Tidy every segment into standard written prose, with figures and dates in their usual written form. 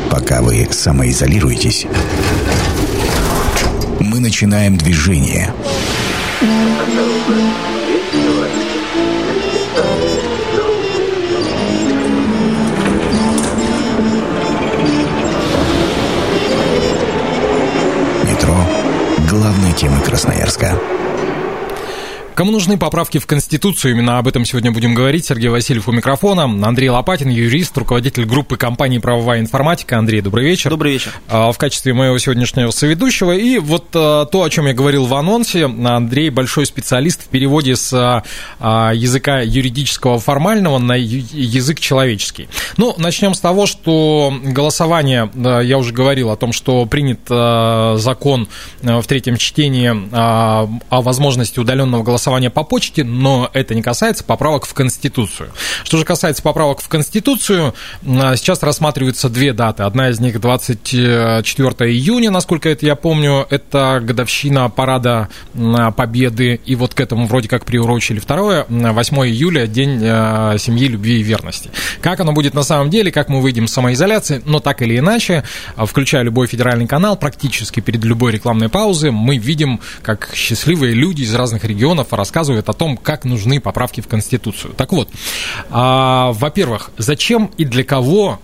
Пока вы самоизолируетесь, мы начинаем движение. Метро – главной темы Красноярска. Кому нужны поправки в Конституцию? Именно об этом сегодня будем говорить. Сергей Васильев у микрофона. Андрей Лопатин, юрист, руководитель группы компании «Правовая информатика». Андрей, добрый вечер. Добрый вечер. В качестве моего сегодняшнего соведущего. И вот то, о чем я говорил в анонсе. Андрей большой специалист в переводе с языка юридического формального на язык человеческий. Ну, начнем с того, что голосование, я уже говорил о том, что принят закон в третьем чтении о возможности удаленного голосования по почте, но это не касается поправок в Конституцию. Что же касается поправок в Конституцию, сейчас рассматриваются две даты. Одна из них 24 июня, насколько это я помню, это годовщина парада Победы, и вот к этому вроде как приурочили. Второе, 8 июля, День семьи, любви и верности. Как оно будет на самом деле, как мы выйдем из самоизоляции, но так или иначе, включая любой федеральный канал, практически перед любой рекламной паузой, мы видим, как счастливые люди из разных регионов рассказывают о том, как нужны поправки в Конституцию. Так вот, во-первых, зачем и для кого,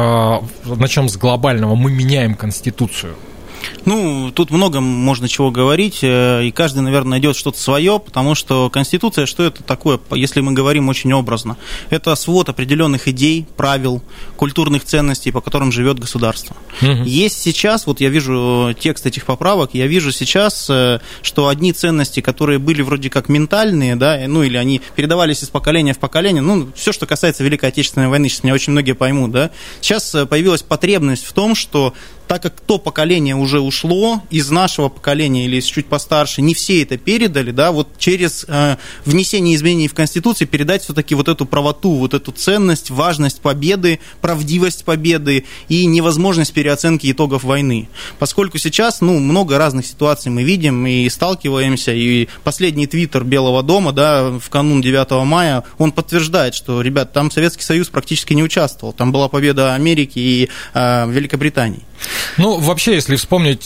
начнем с глобального, мы меняем Конституцию? Ну, тут много можно чего говорить, и каждый, наверное, найдет что-то свое, потому что Конституция, что это такое, если мы говорим очень образно? Это свод определенных идей, правил, культурных ценностей, по которым живет государство. Есть сейчас, вот я вижу текст этих поправок, я вижу сейчас, что одни ценности, которые были вроде как ментальные, да, ну, или они передавались из поколения в поколение, ну, все, что касается Великой Отечественной войны, сейчас меня очень многие поймут, да, сейчас появилась потребность в том, что так как то поколение уже ушло, из нашего поколения или чуть постарше, не все это передали, да, вот через внесение изменений в Конституцию передать все-таки вот эту правоту, вот эту ценность, важность победы, правдивость победы и невозможность переоценки итогов войны. Поскольку сейчас, ну, много разных ситуаций мы видим и сталкиваемся, и последний твиттер Белого дома, да, в канун 9 мая, он подтверждает, что, ребят, там Советский Союз практически не участвовал, там была победа Америки и Великобритании. Ну, вообще, если вспомнить,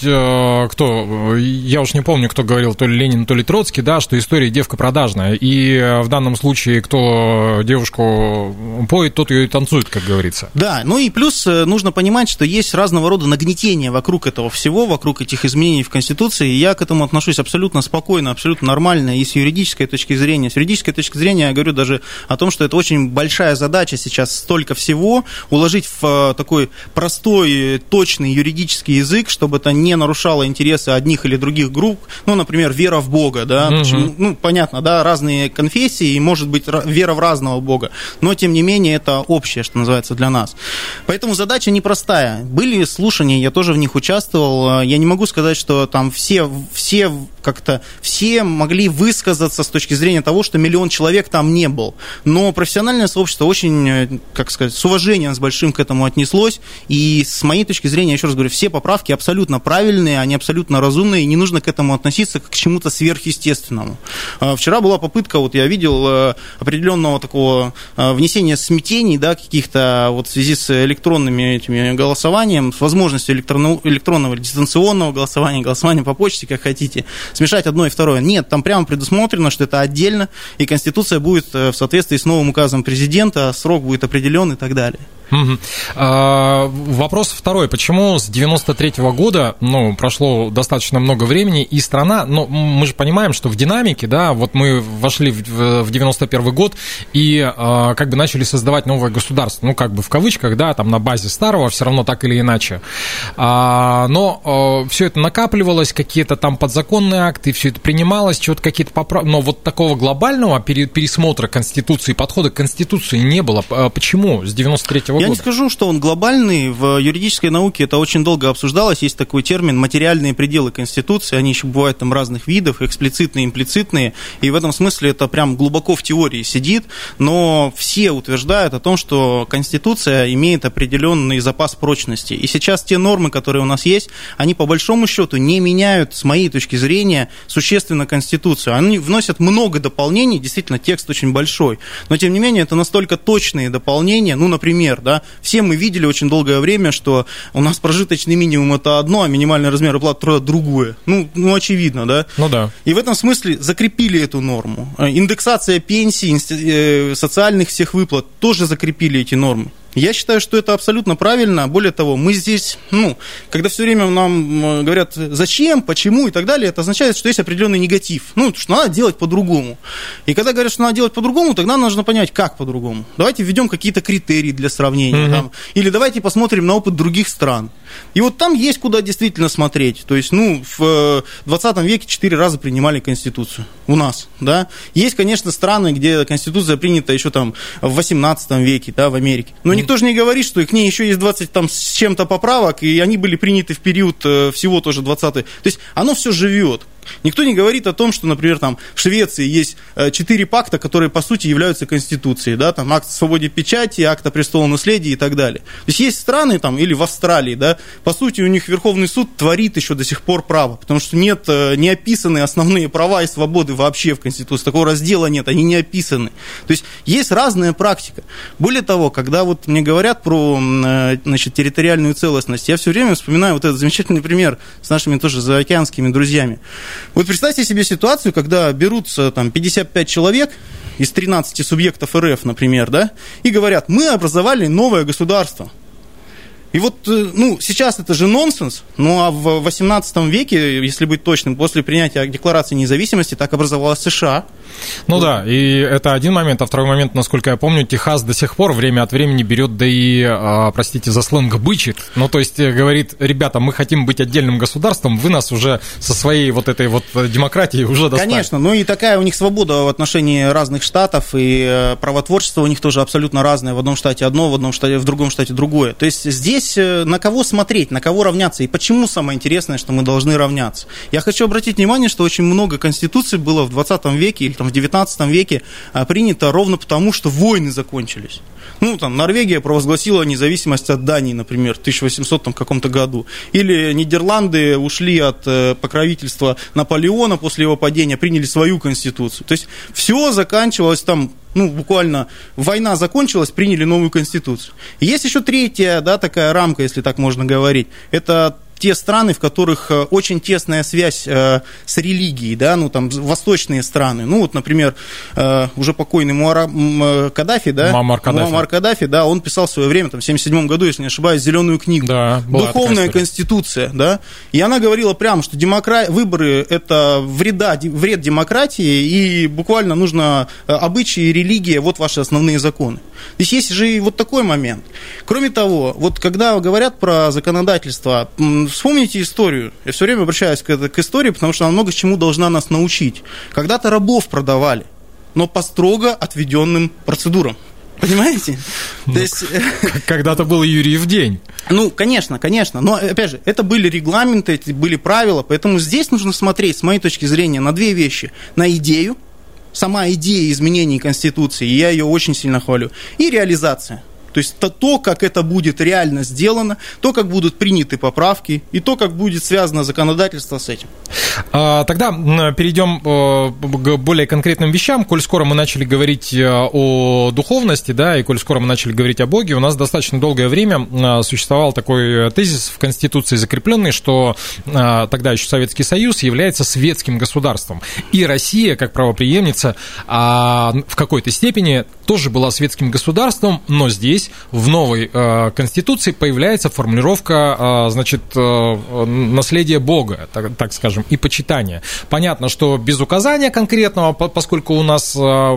кто, я уж не помню, кто говорил, то ли Ленин, то ли Троцкий, да, что история девка продажная, и в данном случае, кто девушку поет, тот ее и танцует, как говорится. Да, ну и плюс нужно понимать, что есть разного рода нагнетение вокруг этого всего, вокруг этих изменений в Конституции, и я к этому отношусь абсолютно спокойно, абсолютно нормально, и с юридической точки зрения. С юридической точки зрения я говорю даже о том, что это очень большая задача сейчас столько всего уложить в такой простой, точный юридический язык, чтобы это не нарушало интересы одних или других групп, ну, например, вера в Бога, да, почему, ну, понятно, да, разные конфессии, и может быть вера в разного Бога, но, тем не менее, это общее, что называется, для нас. Поэтому задача непростая. Были слушания, я тоже в них участвовал, я не могу сказать, что там все могли высказаться с точки зрения того, что 1 миллион человек там не был, но профессиональное сообщество очень, как сказать, с уважением, с большим к этому отнеслось, и с моей точки зрения, еще раз говорю, все поправки абсолютно правильные, они абсолютно разумные, и не нужно к этому относиться как к чему-то сверхъестественному. Вчера была попытка, вот я видел определенного такого внесения смятений, да, каких-то вот в связи с электронными этими голосованием, с возможностью электронного или дистанционного голосования по почте, как хотите, смешать одно и второе. Нет, там прямо предусмотрено, что это отдельно, и Конституция будет в соответствии с новым указом президента, срок будет определен и так далее. Вопрос второй. Почему с 93-го года, ну, прошло достаточно много времени, и страна, ну, мы же понимаем, что в динамике, да, вот мы вошли в 91-й год и как бы начали создавать новое государство, ну, как бы в кавычках, да, там на базе старого, все равно так или иначе. Но все это накапливалось, какие-то там подзаконные акты, все это принималось, чего-то какие-то поправки, но вот такого глобального пересмотра Конституции, подхода к Конституции не было. Почему с 93-го года? Я не скажу, что он глобальный. В юридической науке это очень долго обсуждалось. Есть такой термин «материальные пределы Конституции». Они еще бывают там разных видов, эксплицитные, имплицитные. И в этом смысле это прям глубоко в теории сидит. Но все утверждают о том, что Конституция имеет определенный запас прочности. И сейчас те нормы, которые у нас есть, они по большому счету не меняют, с моей точки зрения, существенно Конституцию. Они вносят много дополнений. Действительно, текст очень большой. Но, тем не менее, это настолько точные дополнения. Ну, например, да. Все мы видели очень долгое время, что у нас прожиточный минимум – это одно, а минимальный размер оплаты труда – другое. Ну, очевидно, да? Ну, да. И в этом смысле закрепили эту норму. Индексация пенсий, социальных всех выплат тоже закрепили эти нормы. Я считаю, что это абсолютно правильно. Более того, мы здесь, когда все время нам говорят, зачем, почему и так далее, это означает, что есть определенный негатив. Что надо делать по-другому. И когда говорят, что надо делать по-другому, тогда нужно понять, как по-другому. Давайте введем какие-то критерии для сравнения. Или давайте посмотрим на опыт других стран. И вот там есть куда действительно смотреть. То есть, в 20 веке 4 раза принимали Конституцию. У нас, да. Есть, конечно, страны, где Конституция принята еще там в 18 веке, да, в Америке. Но никто же не говорит, что к ней еще есть 20 там с чем-то поправок, и они были приняты в период всего тоже 20-й. То есть оно все живет. Никто не говорит о том, что, например, там в Швеции есть 4 пакта, которые, по сути, являются Конституцией, да, там акт о свободе печати, акт о престолонаследии и так далее. То есть страны, там, или в Австралии, да, по сути, у них Верховный суд творит еще до сих пор право, потому что нет, не описаны основные права и свободы вообще в Конституции, такого раздела нет, они не описаны. То есть разная практика. Более того, когда вот мне говорят про, значит, территориальную целостность, я все время вспоминаю вот этот замечательный пример с нашими тоже заокеанскими друзьями. Вот представьте себе ситуацию, когда берутся там 55 человек из 13 субъектов РФ, например, да, и говорят, мы образовали новое государство. И вот, сейчас это же нонсенс, а в 18 веке, если быть точным, после принятия Декларации независимости, так образовалась США. Да, и это один момент, а второй момент, насколько я помню, Техас до сих пор время от времени берет, да и, простите за сленг, бычит. То есть говорит, ребята, мы хотим быть отдельным государством, вы нас уже со своей вот этой вот демократией уже достали. Конечно, и такая у них свобода в отношении разных штатов, и правотворчество у них тоже абсолютно разное. В одном штате одно, в другом штате другое. То есть здесь на кого смотреть, на кого равняться, и почему самое интересное, что мы должны равняться. Я хочу обратить внимание, что очень много конституций было в 20 веке или там, в 19 веке принято ровно потому, что войны закончились. Норвегия провозгласила независимость от Дании, например, в 1800 каком-то году. Или Нидерланды ушли от покровительства Наполеона после его падения, приняли свою конституцию. То есть все заканчивалось там, буквально война закончилась, приняли новую конституцию. И есть еще третья, да, такая рамка, если так можно говорить. Это те страны, в которых очень тесная связь с религией, да, восточные страны. Например, уже покойный Каддафи, да, Муаммар Каддафи, да, он писал в свое время, в 1977 году, если не ошибаюсь, «Зеленую книгу», да, «Духовная конституция», да, и она говорила прямо, что выборы – это вред демократии, и буквально нужно обычаи и религия, вот ваши основные законы. Здесь есть же и вот такой момент. Кроме того, вот когда говорят про законодательство, вспомните историю. Я все время обращаюсь к истории, потому что она много чему должна нас научить. Когда-то рабов продавали, но по строго отведенным процедурам. Понимаете? То есть... Когда-то был Юрьев день. Конечно. Но, опять же, это были регламенты, это были правила. Поэтому здесь нужно смотреть, с моей точки зрения, на две вещи. На идею. Сама идея изменений Конституции, я ее очень сильно хвалю. И реализация. То есть то, как это будет реально сделано, то, как будут приняты поправки, и то, как будет связано законодательство с этим. Тогда перейдем к более конкретным вещам. Коль скоро мы начали говорить о духовности, да, и коль скоро мы начали говорить о Боге, у нас достаточно долгое время существовал такой тезис в Конституции закрепленный, что тогда еще Советский Союз является светским государством. И Россия, как правопреемница, в какой-то степени тоже была светским государством, но здесь в новой Конституции появляется формулировка, наследие Бога, так скажем, и почитание. Понятно, что без указания конкретного, поскольку у нас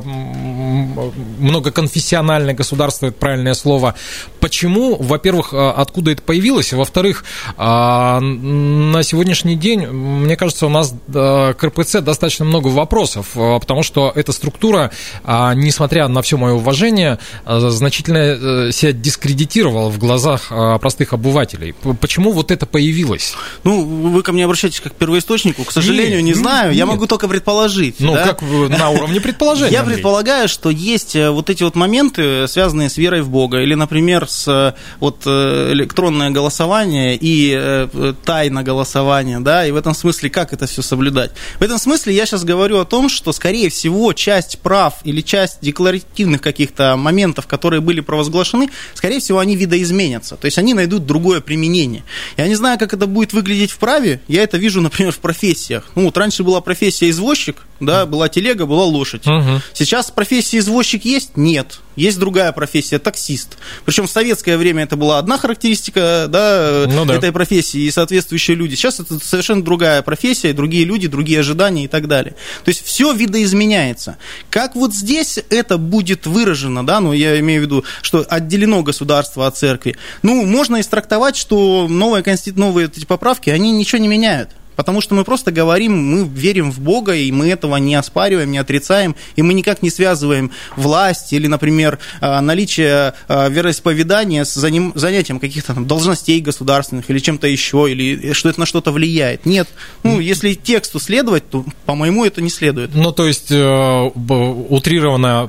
многоконфессиональное государство, это правильное слово. Почему? Во-первых, откуда это появилось? Во-вторых, на сегодняшний день, мне кажется, у нас к РПЦ достаточно много вопросов, потому что эта структура, несмотря на все мое уважение, значительно себя дискредитировала в глазах простых обывателей. Почему вот это появилось? Вы ко мне обращаетесь как к первоисточнику. К сожалению, не знаю. Я могу только предположить. Как на уровне предположения. Я предполагаю, что есть вот эти вот моменты, связанные с верой в Бога. Или, например, с электронное голосование и тайна голосования. Да? И в этом смысле, как это все соблюдать? В этом смысле я сейчас говорю о том, что, скорее всего, часть прав или часть декларативных негативных каких-то моментов, которые были провозглашены, скорее всего, они видоизменятся. То есть они найдут другое применение. Я не знаю, как это будет выглядеть в праве. Я это вижу, например, в профессиях. Ну, вот раньше была профессия извозчик, да, была телега, была лошадь. Сейчас профессия извозчик есть? Нет. Есть другая профессия – таксист. Причем в советское время это была одна характеристика, да, этой профессии и соответствующие люди. Сейчас это совершенно другая профессия, другие люди, другие ожидания и так далее. То есть все видоизменяется. Как вот здесь это будет выражено, да, ну, я имею в виду, что отделено государство от церкви. Ну, можно истрактовать, что новые эти поправки, они ничего не меняют. Потому что мы просто говорим, мы верим в Бога, и мы этого не оспариваем, не отрицаем, и мы никак не связываем власть или, например, наличие вероисповедания с занятием каких-то там должностей государственных или чем-то еще, или что это на что-то влияет. Нет. Ну, если тексту следовать, то, по-моему, это не следует. Ну, то есть, утрированное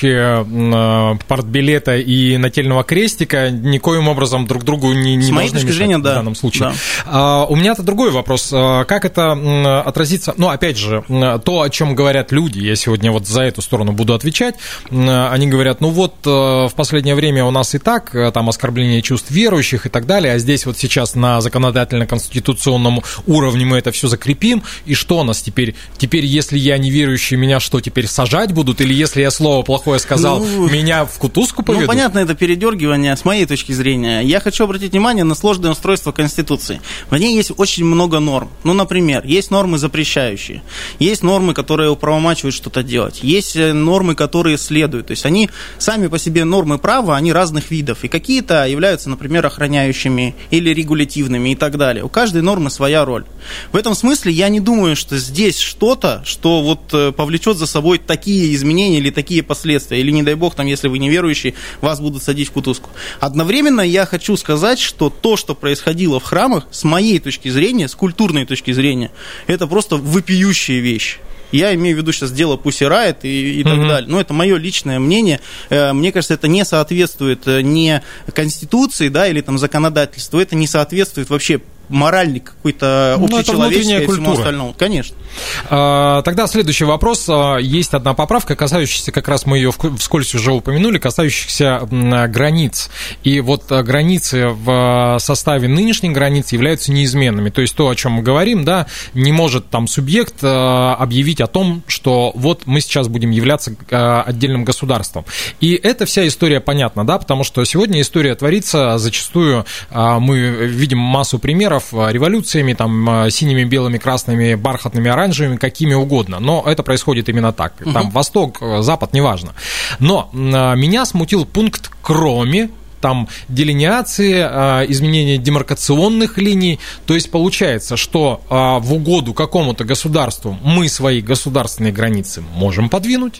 наличие партбилета и нательного крестика никоим образом друг другу не с моей должны точки зрения, мешать в данном случае. Да. У меня-то другой вопрос. Как это отразится? Ну, опять же, то, о чем говорят люди, я сегодня вот за эту сторону буду отвечать, они говорят, ну вот, в последнее время у нас и так там оскорбление чувств верующих и так далее, а здесь вот сейчас на законодательно-конституционном уровне мы это все закрепим, и что у нас теперь? Теперь, если я не верующий, меня что, теперь сажать будут? Или если я слово плохое сказал, меня в кутузку поведут? Ну, понятно, это передергивание с моей точки зрения. Я хочу обратить внимание на сложное устройство Конституции. В ней есть очень много норм. Ну, например, есть нормы запрещающие, есть нормы, которые управомачивают что-то делать, есть нормы, которые следуют. То есть они сами по себе нормы права, они разных видов. И какие-то являются, например, охраняющими или регулятивными и так далее. У каждой нормы своя роль. В этом смысле я не думаю, что здесь что-то, что вот повлечет за собой такие изменения или такие последствия. Или, не дай бог, там, если вы неверующий, вас будут садить в кутузку. Одновременно я хочу сказать, что то, что происходило в храмах, с моей точки зрения, с культурной точки зрения, это просто вопиющая вещь. Я имею в виду сейчас дело Pussy Riot и так далее. Но это мое личное мнение. Мне кажется, это не соответствует ни Конституции, да, или там законодательству. Это не соответствует вообще моральной какой-то общечеловеческой и всему остальному. Конечно. Тогда следующий вопрос. Есть одна поправка, касающаяся, как раз мы ее вскользь уже упомянули, касающихся границ. И вот границы в составе нынешних границ являются неизменными. То есть то, о чем мы говорим, да, не может там субъект объявить о том, что вот мы сейчас будем являться отдельным государством. И эта вся история понятна, да, потому что сегодня история творится зачастую, мы видим массу примеров, революциями, там, синими, белыми, красными, бархатными, оранжевыми, какими угодно. Но это происходит именно так. Там Восток, Запад, неважно. Но меня смутил пункт «кроме», там делиниации, изменение демаркационных линий. То есть получается, что в угоду какому-то государству мы свои государственные границы можем подвинуть,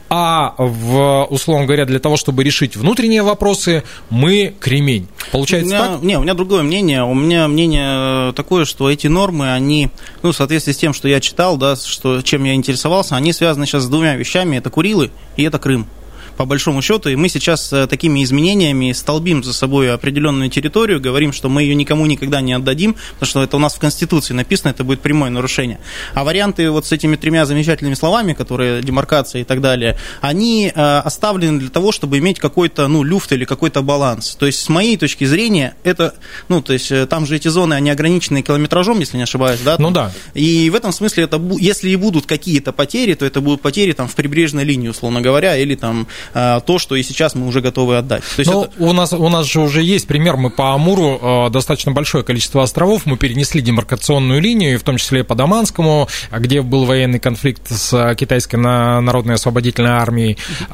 а условно говоря, для того, чтобы решить внутренние вопросы, мы кремень. Получается так? У меня другое мнение. У меня мнение такое, что эти нормы, они, в соответствии с тем, что я читал, да, чем я интересовался, они связаны сейчас с двумя вещами. Это Курилы и это Крым. По большому счету, и мы сейчас такими изменениями столбим за собой определенную территорию, говорим, что мы ее никому никогда не отдадим, потому что это у нас в Конституции написано, это будет прямое нарушение. А варианты вот с этими тремя замечательными словами, которые демаркация и так далее, они оставлены для того, чтобы иметь какой-то, люфт или какой-то баланс. То есть, с моей точки зрения, это, то есть, там же эти зоны, они ограничены километражом, если не ошибаюсь, да? Ну да. И в этом смысле, если и будут какие-то потери, то это будут потери там в прибрежной линии, условно говоря, или там то, что и сейчас мы уже готовы отдать. То есть это... у нас же уже есть пример, мы по Амуру достаточно большое количество островов, мы перенесли демаркационную линию, в том числе по Даманскому, где был военный конфликт с Китайской народной освободительной армией,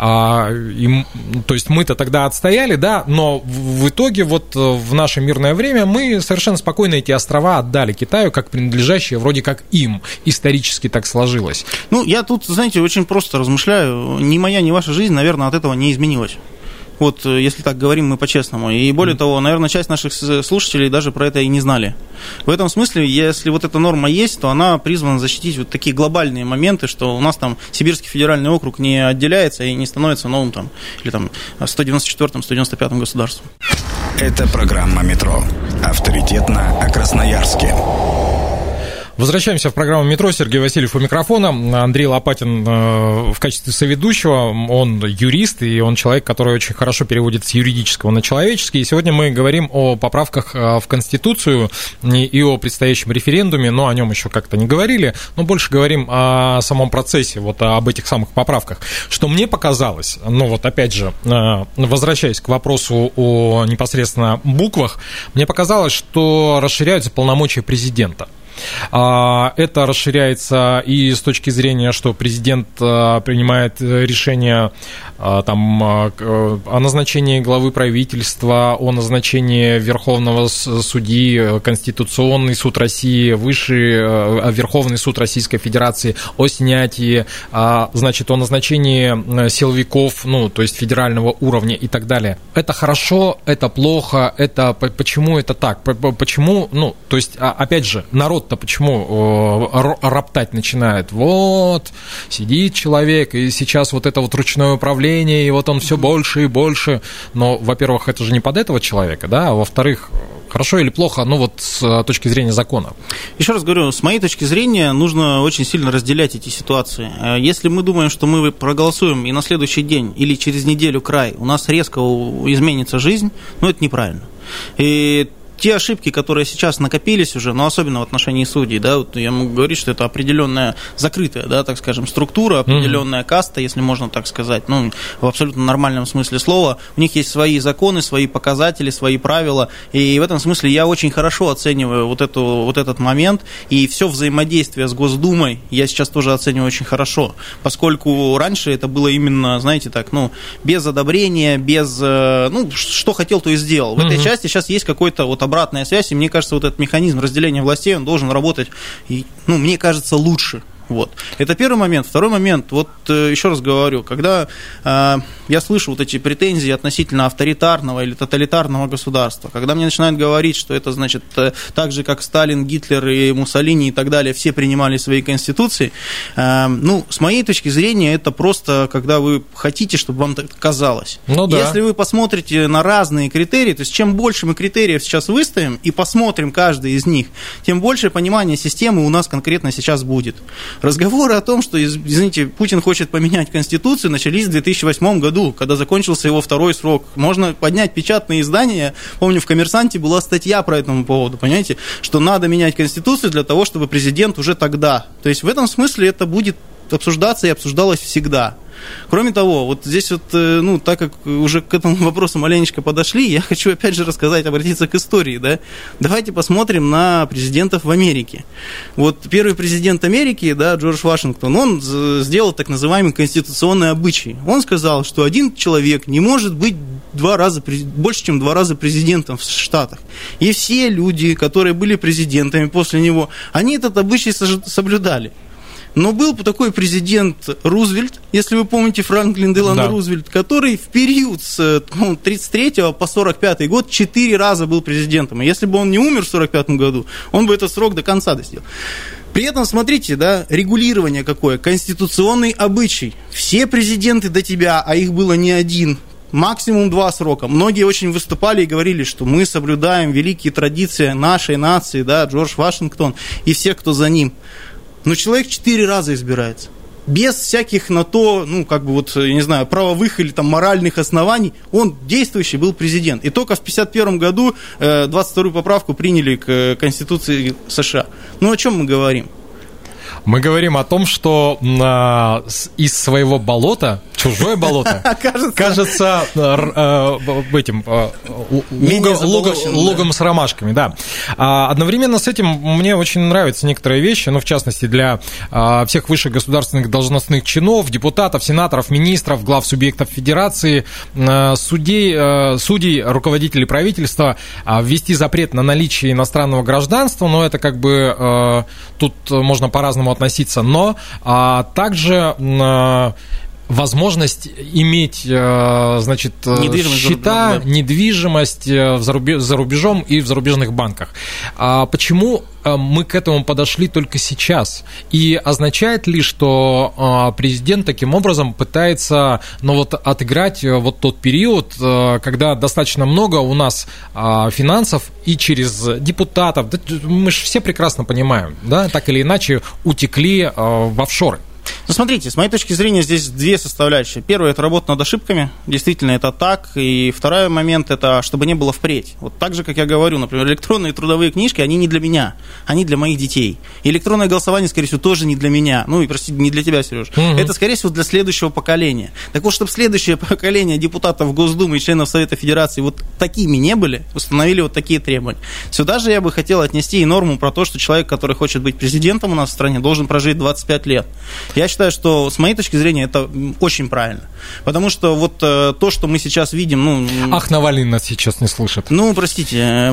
то есть мы-то тогда отстояли, да, но в итоге вот в наше мирное время мы совершенно спокойно эти острова отдали Китаю, как принадлежащие вроде как им, исторически так сложилось. Я тут, знаете, очень просто размышляю, ни моя, ни ваша жизнь, наверное, от этого не изменилась. Вот, если так говорим мы по-честному. И более того, наверное, часть наших слушателей даже про это и не знали. В этом смысле, если вот эта норма есть, то она призвана защитить вот такие глобальные моменты, что у нас там Сибирский федеральный округ не отделяется и не становится новым там, или там 194-м, 195-м государством. Это программа «Метро». Авторитетно о Красноярске. Возвращаемся в программу «Метро». Сергей Васильев у микрофона. Андрей Лопатин в качестве соведущего. Он юрист, и он человек, который очень хорошо переводит с юридического на человеческий. И сегодня мы говорим о поправках в Конституцию и о предстоящем референдуме, но о нем еще как-то не говорили, но больше говорим о самом процессе, вот об этих самых поправках. Что мне показалось, ну вот опять же, возвращаясь к вопросу о непосредственно буквах, мне показалось, что расширяются полномочия президента. Это расширяется и с точки зрения, что президент принимает решение там, о назначении главы правительства, о назначении Верховного судьи, Конституционный суд России, Высший Верховный суд Российской Федерации, о снятии, значит, о назначении силовиков, ну, то есть федерального уровня и так далее. Это хорошо, это плохо, это почему это так? Почему, ну, то есть, опять же, народ-то почему роптать начинает? Вот, сидит человек, и сейчас вот это вот ручное управление, и вот он все больше и больше. Но, во-первых, это же не под этого человека, да, а во-вторых, хорошо или плохо, ну вот с точки зрения закона. Еще раз говорю, с моей точки зрения, нужно очень сильно разделять эти ситуации. Если мы думаем, что мы проголосуем, и на следующий день или через неделю край у нас резко изменится жизнь, ну, это неправильно. И те ошибки, которые сейчас накопились уже, но особенно в отношении судей, да, вот я могу говорить, что это определенная закрытая, да, так скажем, структура, определенная каста, если можно так сказать, ну, в абсолютно нормальном смысле слова. У них есть свои законы, свои показатели, свои правила, и в этом смысле я очень хорошо оцениваю вот этот момент, и все взаимодействие с Госдумой я сейчас тоже оцениваю очень хорошо, поскольку раньше это было именно, знаете, так, ну, без одобрения, без, ну, что хотел, то и сделал. В этой части сейчас есть какой-то вот обратная связь, и мне кажется, вот этот механизм разделения властей, он должен работать, и, ну, мне кажется, лучше. Вот. Это первый момент. Второй момент, вот еще раз говорю, когда я слышу вот эти претензии относительно авторитарного или тоталитарного государства, когда мне начинают говорить, что это, значит, так же, как Сталин, Гитлер и Муссолини и так далее, все принимали свои конституции, ну, с моей точки зрения, это просто, когда вы хотите, чтобы вам так казалось. Ну, да. Если вы посмотрите на разные критерии, то есть чем больше мы критериев сейчас выставим и посмотрим каждый из них, тем больше понимания системы у нас конкретно сейчас будет. Разговоры о том, что, извините, Путин хочет поменять Конституцию, начались в 2008 году, когда закончился его второй срок. Можно поднять печатные издания. Помню, в «Коммерсанте» была статья про этому поводу, понимаете, что надо менять Конституцию для того, чтобы президент уже тогда. То есть в этом смысле это будет обсуждаться и обсуждалось всегда. Кроме того, вот здесь вот, ну, так как уже к этому вопросу маленечко подошли, я хочу опять же рассказать, обратиться к истории, да. Давайте посмотрим на президентов в Америке. Вот первый президент Америки, да, Джордж Вашингтон, он сделал так называемый конституционный обычай. Он сказал, что один человек не может быть больше, чем 2 раза президентом в Штатах. И все люди, которые были президентами после него, они этот обычай соблюдали. Но был такой президент Рузвельт, если вы помните, Франклин Делано Рузвельт, который в период с 33 по 45 год 4 раза был президентом. И если бы он не умер в 45 году, он бы этот срок до конца достиг. При этом, смотрите, да, регулирование какое, конституционный обычай. Все президенты до тебя, а их было не один, максимум 2 срока. Многие очень выступали и говорили, что мы соблюдаем великие традиции нашей нации, да, Джордж Вашингтон и все, кто за ним. Но человек 4 раза избирается. Без всяких на то, ну, как бы вот, я не знаю, правовых или там моральных оснований, он действующий был президент. И только в 1951 году 22-ю поправку приняли к Конституции США. Ну, о чем мы говорим? Мы говорим о том, что из своего болота, чужое болото, кажется этим лугом с ромашками, да. Одновременно с этим мне очень нравятся некоторые вещи, ну, в частности, для всех высших государственных должностных чинов, депутатов, сенаторов, министров, глав субъектов федерации, судей, руководителей правительства, ввести запрет на наличие иностранного гражданства, но это как бы тут можно по-разному относиться, но также возможность иметь, значит, счета, недвижимость за рубежом и в зарубежных банках. Почему мы к этому подошли только сейчас? И означает ли, что президент таким образом пытается, отыграть вот тот период, когда достаточно много у нас финансов и через депутатов, мы же все прекрасно понимаем, да, так или иначе утекли в офшоры? Ну, смотрите, с моей точки зрения, здесь две составляющие. Первая – это работа над ошибками, действительно, это так. И второй момент – это чтобы не было впредь. Вот так же, как я говорю, например, электронные трудовые книжки, они не для меня, они для моих детей. И электронное голосование, скорее всего, тоже не для меня. Ну, и, простите, не для тебя, Сереж. Это, скорее всего, для следующего поколения. Так вот, чтобы следующее поколение депутатов Госдумы и членов Совета Федерации вот такими не были, установили вот такие требования. Сюда же я бы хотел отнести и норму про то, что человек, который хочет быть президентом у нас в стране, должен прожить 25 лет. Я считаю, что, с моей точки зрения, это очень правильно. Потому что вот то, что мы сейчас видим... Ах, Навальный нас сейчас не слышит. Простите,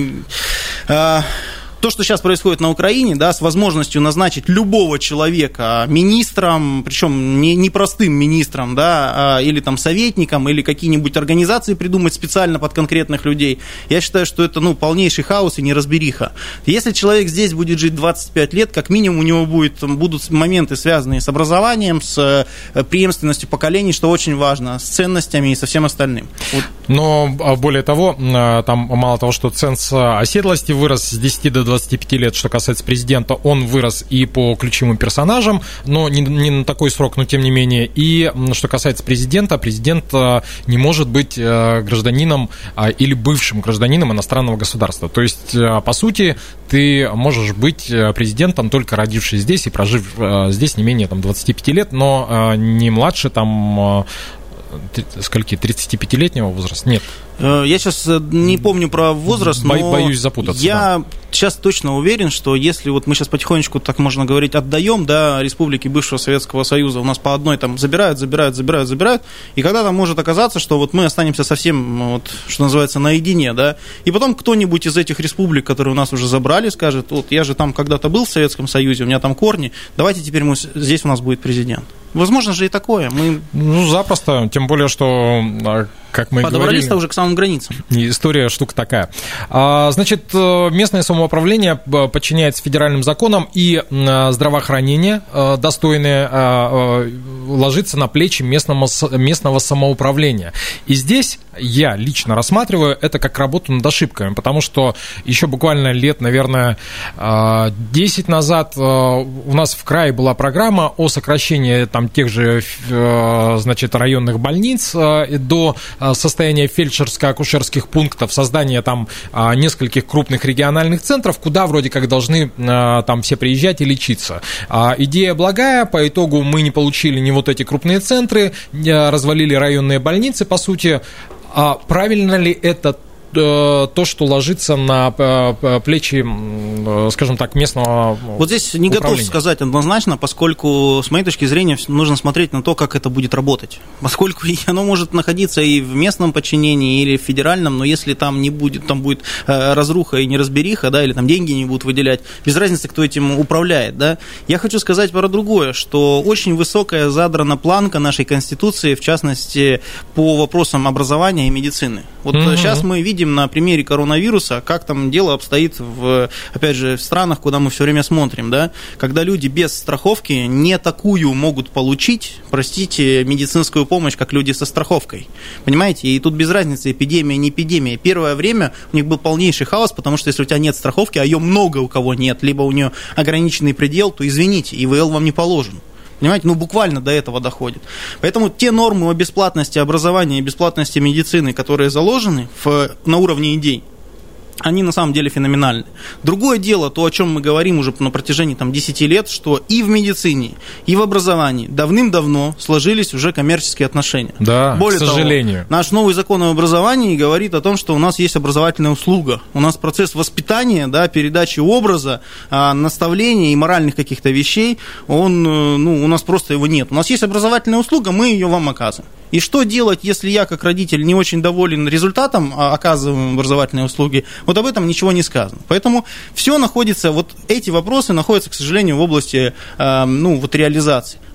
то, что сейчас происходит на Украине, да, с возможностью назначить любого человека министром, причем не простым министром, да, или там советником, или какие-нибудь организации придумать специально под конкретных людей, я считаю, что это полнейший хаос и неразбериха. Если человек здесь будет жить 25 лет, как минимум у него будут моменты, связанные с образованием, с преемственностью поколений, что очень важно, с ценностями и со всем остальным. Вот. Но более того, там мало того, что ценз оседлости вырос с 10 до 25 лет, что касается президента, он вырос и по ключевым персонажам, но не на такой срок, но тем не менее. И что касается президента, президент не может быть гражданином или бывшим гражданином иностранного государства. То есть, по сути, ты можешь быть президентом, только родившись здесь и прожив здесь не менее 25 лет, но не младше скольки, 35-летнего возраста? Нет. Я сейчас не помню про возраст, но боюсь запутаться. Я сейчас точно уверен, что если вот мы сейчас потихонечку, так можно говорить, отдаем, да, республики бывшего Советского Союза, у нас по одной там забирают, и когда-то может оказаться, что вот мы останемся совсем, что называется, наедине, да, и потом кто-нибудь из этих республик, которые у нас уже забрали, скажет, вот я же там когда-то был в Советском Союзе, у меня там корни, давайте теперь здесь у нас будет президент. Возможно же и такое. Запросто, тем более, что, как мы подобрались-то уже к самым границам. История штука такая. Значит, местное самоуправление подчиняется федеральным законам, и здравоохранение достойное ложится на плечи местного самоуправления. И здесь я лично рассматриваю это как работу над ошибками, потому что еще буквально лет, наверное, 10 назад у нас в крае была программа о сокращении там тех же, значит, районных больниц до состояния фельдшерско-акушерских пунктов, создания там нескольких крупных региональных центров, куда вроде как должны там все приезжать и лечиться. Идея благая, по итогу мы не получили ни вот эти крупные центры, развалили районные больницы, по сути. Правильно ли это то, что ложится на плечи, скажем так, местного Вот здесь не готов сказать однозначно, поскольку, с моей точки зрения, нужно смотреть на то, как это будет работать. Поскольку оно может находиться и в местном подчинении, или в федеральном, но если там не будет, там будет разруха и неразбериха, да, или там деньги не будут выделять, без разницы, кто этим управляет, да. Я хочу сказать про другое, что очень высокая задрана планка нашей Конституции, в частности, по вопросам образования и медицины. Вот сейчас мы видим на примере коронавируса, как там дело обстоит, опять же, в странах, куда мы все время смотрим, да, когда люди без страховки не такую могут получить, простите, медицинскую помощь, как люди со страховкой. Понимаете? И тут без разницы, эпидемия, не эпидемия. Первое время у них был полнейший хаос, потому что если у тебя нет страховки, а ее много у кого нет, либо у нее ограниченный предел, то извините, ИВЛ вам не положен. Понимаете, буквально до этого доходит. Поэтому те нормы о бесплатности образования и бесплатности медицины, которые заложены на уровне идей, они на самом деле феноменальны. Другое дело, то, о чем мы говорим уже на протяжении 10 лет, что и в медицине, и в образовании давным-давно сложились уже коммерческие отношения. Да, более к сожалению. Того, наш новый закон об образовании говорит о том, что у нас есть образовательная услуга. У нас процесс воспитания, да, передачи образа, наставления и моральных каких-то вещей, у нас просто его нет. У нас есть образовательная услуга, мы ее вам оказываем. И что делать, если я, как родитель, не очень доволен результатом оказываемой образовательной услуги? Вот об этом ничего не сказано. Поэтому все находится, вот эти вопросы находятся, к сожалению, в области реализации.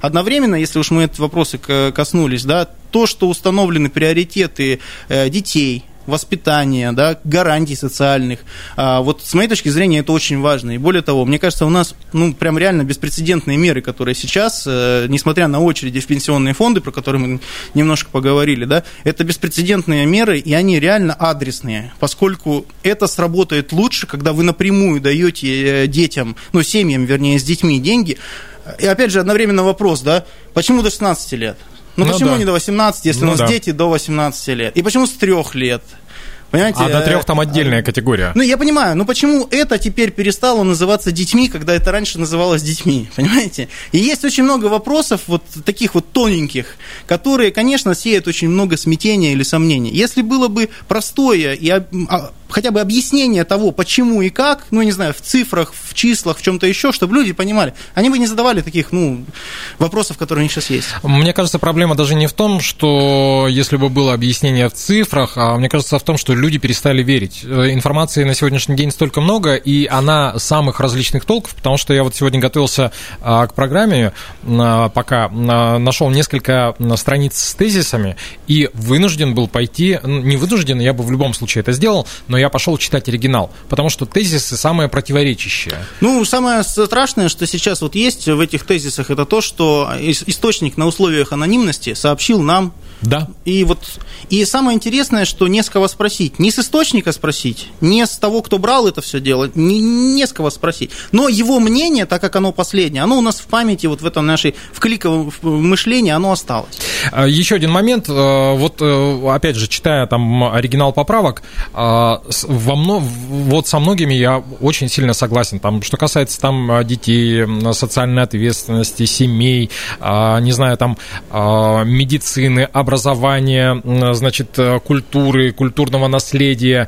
одновременно, если уж мы эти вопросы коснулись, да, то, что установлены приоритеты детей, воспитания, да, гарантий социальных. Вот с моей точки зрения это очень важно. И более того, мне кажется, у нас прям реально беспрецедентные меры, которые сейчас, несмотря на очереди в пенсионные фонды, про которые мы немножко поговорили, да, это беспрецедентные меры, и они реально адресные, поскольку это сработает лучше, когда вы напрямую даете детям, семьям, вернее, с детьми деньги. И опять же, одновременно вопрос, да, почему до 16 лет? Почему не до 18, если у нас дети до 18 лет? И почему с 3 лет? Понимаете? До 3 там отдельная категория. Я понимаю, почему это теперь перестало называться детьми, когда это раньше называлось детьми, понимаете? И есть очень много вопросов, вот таких вот тоненьких, которые, конечно, сеют очень много смятения или сомнений. Если было бы простое и хотя бы объяснение того, почему и как, не знаю, в цифрах, в числах, в чем-то еще, чтобы люди понимали, они бы не задавали таких, вопросов, которые у них сейчас есть. Мне кажется, проблема даже не в том, что если бы было объяснение в цифрах, а мне кажется в том, что люди перестали верить. Информации на сегодняшний день столько много, и она самых различных толков, потому что я вот сегодня готовился к программе, пока нашел несколько страниц с тезисами, и вынужден был пойти, не вынужден, я бы в любом случае это сделал, но я пошел читать оригинал, потому что тезисы самые противоречащие. Самое страшное, что сейчас вот есть в этих тезисах, это то, что источник на условиях анонимности сообщил нам. Да. И самое интересное, что не с кого спросить. Не с источника спросить, не с того, кто брал это все дело, не с кого спросить. Но его мнение, так как оно последнее, оно у нас в памяти, вот в этом нашей, в кликовом мышлении, оно осталось. Еще один момент. Вот, опять же, читая там оригинал поправок, вот со многими я очень сильно согласен. Там, что касается там детей, социальной ответственности, семей, не знаю, там медицины, образования, значит, культуры, культурного наследия,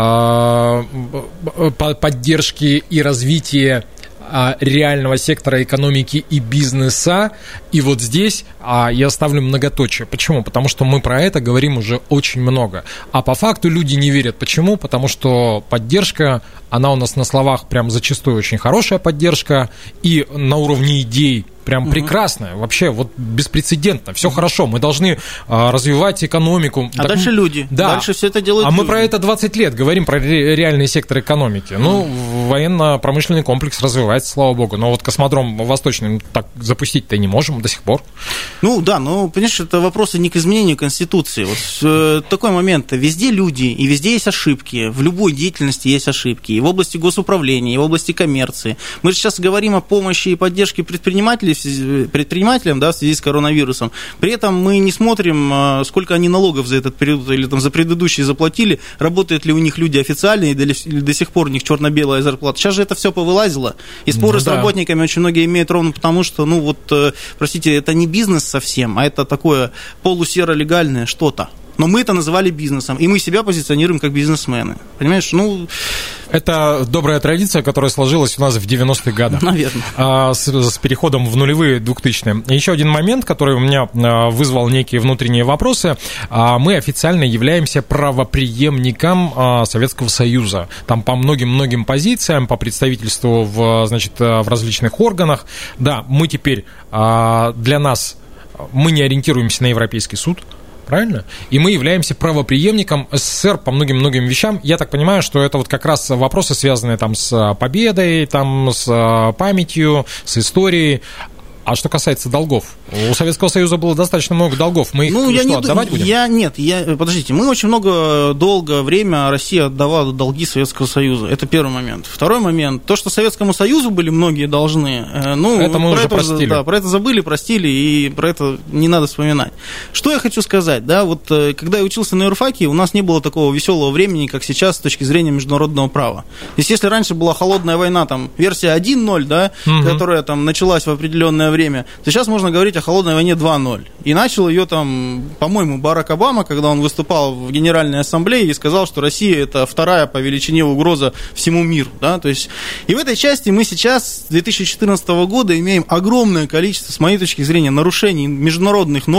поддержки и развития реального сектора экономики и бизнеса. И вот здесь я ставлю многоточие. Почему? Потому что мы про это говорим уже очень много. А по факту люди не верят. Почему? Потому что поддержка, она у нас на словах прям зачастую очень хорошая поддержка, и на уровне идей прям прекрасная, вообще вот беспрецедентно, все хорошо, мы должны развивать экономику. А так, дальше люди, дальше все это делают люди. Мы про это 20 лет говорим, про реальный сектор экономики. Военно-промышленный комплекс развивается, слава богу, но вот космодром Восточный так запустить-то не можем до сих пор. Понимаешь, это вопросы не к изменению Конституции. Вот такой момент, везде люди, и везде есть ошибки, в любой деятельности есть ошибки, и в области госуправления, и в области коммерции. Мы же сейчас говорим о помощи и поддержке предпринимателям, да, в связи с коронавирусом. При этом мы не смотрим, сколько они налогов за этот период или там за предыдущий заплатили, работают ли у них люди официальные, или до сих пор у них черно-белая зарплата. Сейчас же это все повылазило. И споры с работниками очень многие имеют ровно потому, что, простите, это не бизнес совсем, а это такое полусеро-легальное что-то. Но мы это называли бизнесом, и мы себя позиционируем как бизнесмены. Понимаешь? Это добрая традиция, которая сложилась у нас в 90-х годах. Наверное. С переходом в нулевые, 2000-е. Еще один момент, который у меня вызвал некие внутренние вопросы. Мы официально являемся правопреемником Советского Союза. Там по многим-многим позициям, по представительству в различных органах. Да, мы теперь, для нас, мы не ориентируемся на Европейский суд. Правильно? И мы являемся правопреемником СССР по многим-многим вещам. Я так понимаю, что это вот как раз вопросы, связанные там с победой, там, с памятью, с историей. А что касается долгов, у Советского Союза было достаточно много долгов. Мы их отдавать будем? Подождите, мы очень долгое время Россия отдавала долги Советского Союза. Это первый момент. Второй момент, то, что Советскому Союзу были многие должны, это мы уже простили. Да, про это забыли, простили, и про это не надо вспоминать. Что я хочу сказать, да, вот когда я учился на юрфаке, у нас не было такого веселого времени, как сейчас с точки зрения международного права. То есть, если раньше была холодная война, там, версия 1.0, да, которая там началась в определенное время, то сейчас можно говорить о холодной войне 2.0. И начал ее там, по-моему, Барак Обама, когда он выступал в Генеральной Ассамблее и сказал, что Россия это вторая по величине угроза всему миру. Да? То есть, и в этой части мы сейчас, с 2014 года, имеем огромное количество, с моей точки зрения, нарушений международных норм,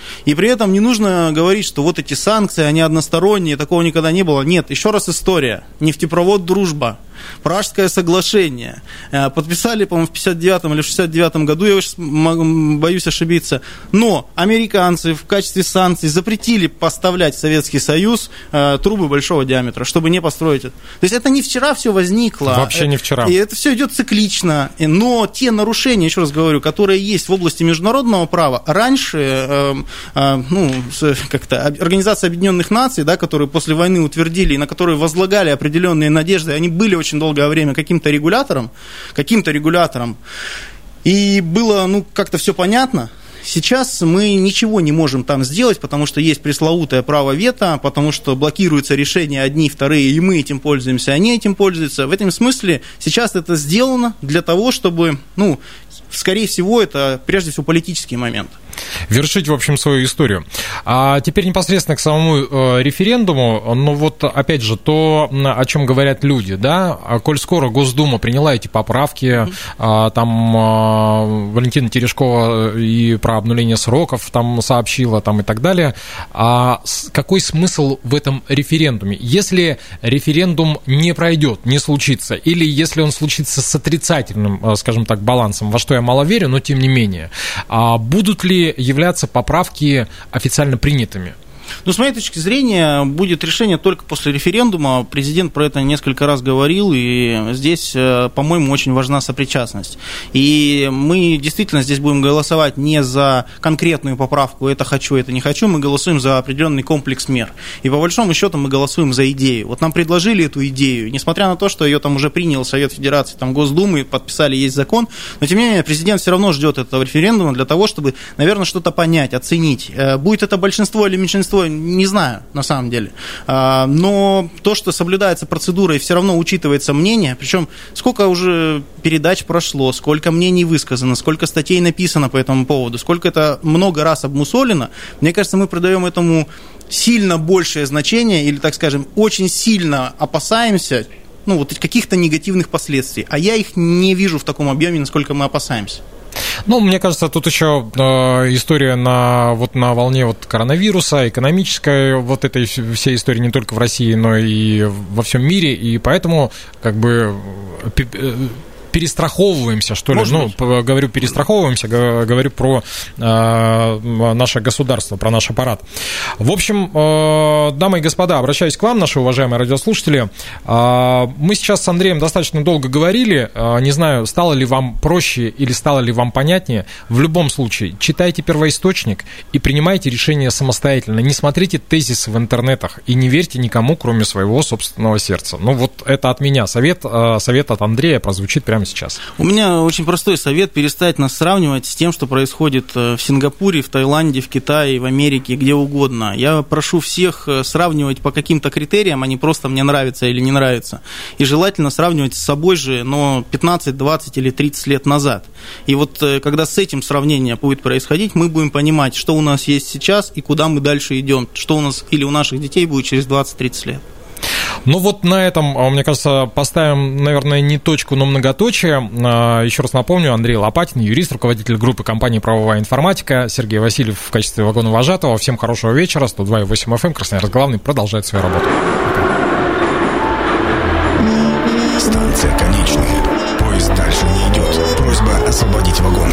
И при этом не нужно говорить, что вот эти санкции, они односторонние, такого никогда не было. Нет, еще раз история. Нефтепровод «Дружба», Пражское соглашение. Подписали, по-моему, в 59-м или 69-м году, я сейчас боюсь ошибиться. Но американцы в качестве санкций запретили поставлять в Советский Союз трубы большого диаметра, чтобы не построить это. То есть это не вчера все возникло. Вообще не вчера. И это все идет циклично. Но те нарушения, еще раз говорю, которые есть в области международного права, раньше как-то Организация Объединенных Наций, да, которые после войны утвердили и на которые возлагали определенные надежды, они были очень долгое время каким-то регулятором, и было, как-то все понятно. Сейчас мы ничего не можем там сделать, потому что есть пресловутое право вето, потому что блокируются решения одни, вторые, и мы этим пользуемся, они этим пользуются. В этом смысле сейчас это сделано для того, чтобы, скорее всего, это прежде всего политический момент. Вершить, в общем, свою историю. А теперь непосредственно к самому референдуму, опять же, то, о чем говорят люди, да, коль скоро Госдума приняла эти поправки, там Валентина Терешкова и про обнуление сроков там сообщила, там и так далее, какой смысл в этом референдуме? Если референдум не пройдет, не случится, или если он случится с отрицательным, скажем так, балансом, во что я мало верю, но тем не менее, будут ли являться поправки официально принятыми? С моей точки зрения, будет решение только после референдума. Президент про это несколько раз говорил, и здесь, по-моему, очень важна сопричастность. И мы действительно здесь будем голосовать не за конкретную поправку «это хочу, это не хочу», мы голосуем за определенный комплекс мер. И по большому счету мы голосуем за идею. Вот нам предложили эту идею, несмотря на то, что ее там уже принял Совет Федерации, там Госдумы, подписали, есть закон, но тем не менее президент все равно ждет этого референдума для того, чтобы, наверное, что-то понять, оценить. Будет это большинство или меньшинство, не знаю, на самом деле. Но то, что соблюдается процедура и все равно учитывается мнение, причем сколько уже передач прошло, сколько мнений высказано, сколько статей написано по этому поводу, сколько это много раз обмусолено, мне кажется, мы придаем этому сильно большее значение или, так скажем, очень сильно опасаемся каких-то негативных последствий. А я их не вижу в таком объеме, насколько мы опасаемся. Мне кажется, тут еще история на волне коронавируса, экономической этой всей истории не только в России, но и во всем мире, и поэтому перестраховываемся, что ли. Говорю перестраховываемся, говорю про наше государство, про наш аппарат. В общем, дамы и господа, обращаюсь к вам, наши уважаемые радиослушатели. Мы сейчас с Андреем достаточно долго говорили. Не знаю, стало ли вам проще или стало ли вам понятнее. В любом случае, читайте первоисточник и принимайте решения самостоятельно. Не смотрите тезисы в интернетах и не верьте никому, кроме своего собственного сердца. Это от меня совет от Андрея прозвучит прямо сейчас. У меня очень простой совет: перестать нас сравнивать с тем, что происходит в Сингапуре, в Таиланде, в Китае, в Америке, где угодно. Я прошу всех сравнивать по каким-то критериям, а не просто мне нравится или не нравится. И желательно сравнивать с собой же, но 15, 20 или 30 лет назад. И когда с этим сравнение будет происходить, мы будем понимать, что у нас есть сейчас и куда мы дальше идем, что у нас или у наших детей будет через 20-30 лет. На этом, мне кажется, поставим, наверное, не точку, но многоточие. Еще раз напомню, Андрей Лопатин, юрист, руководитель группы компании «Правовая информатика», Сергей Васильев в качестве вагоновожатого. Всем хорошего вечера. 102,8 FM, Красноярск главный, продолжает свою работу. Станция конечная. Поезд дальше не идет. Просьба освободить вагон.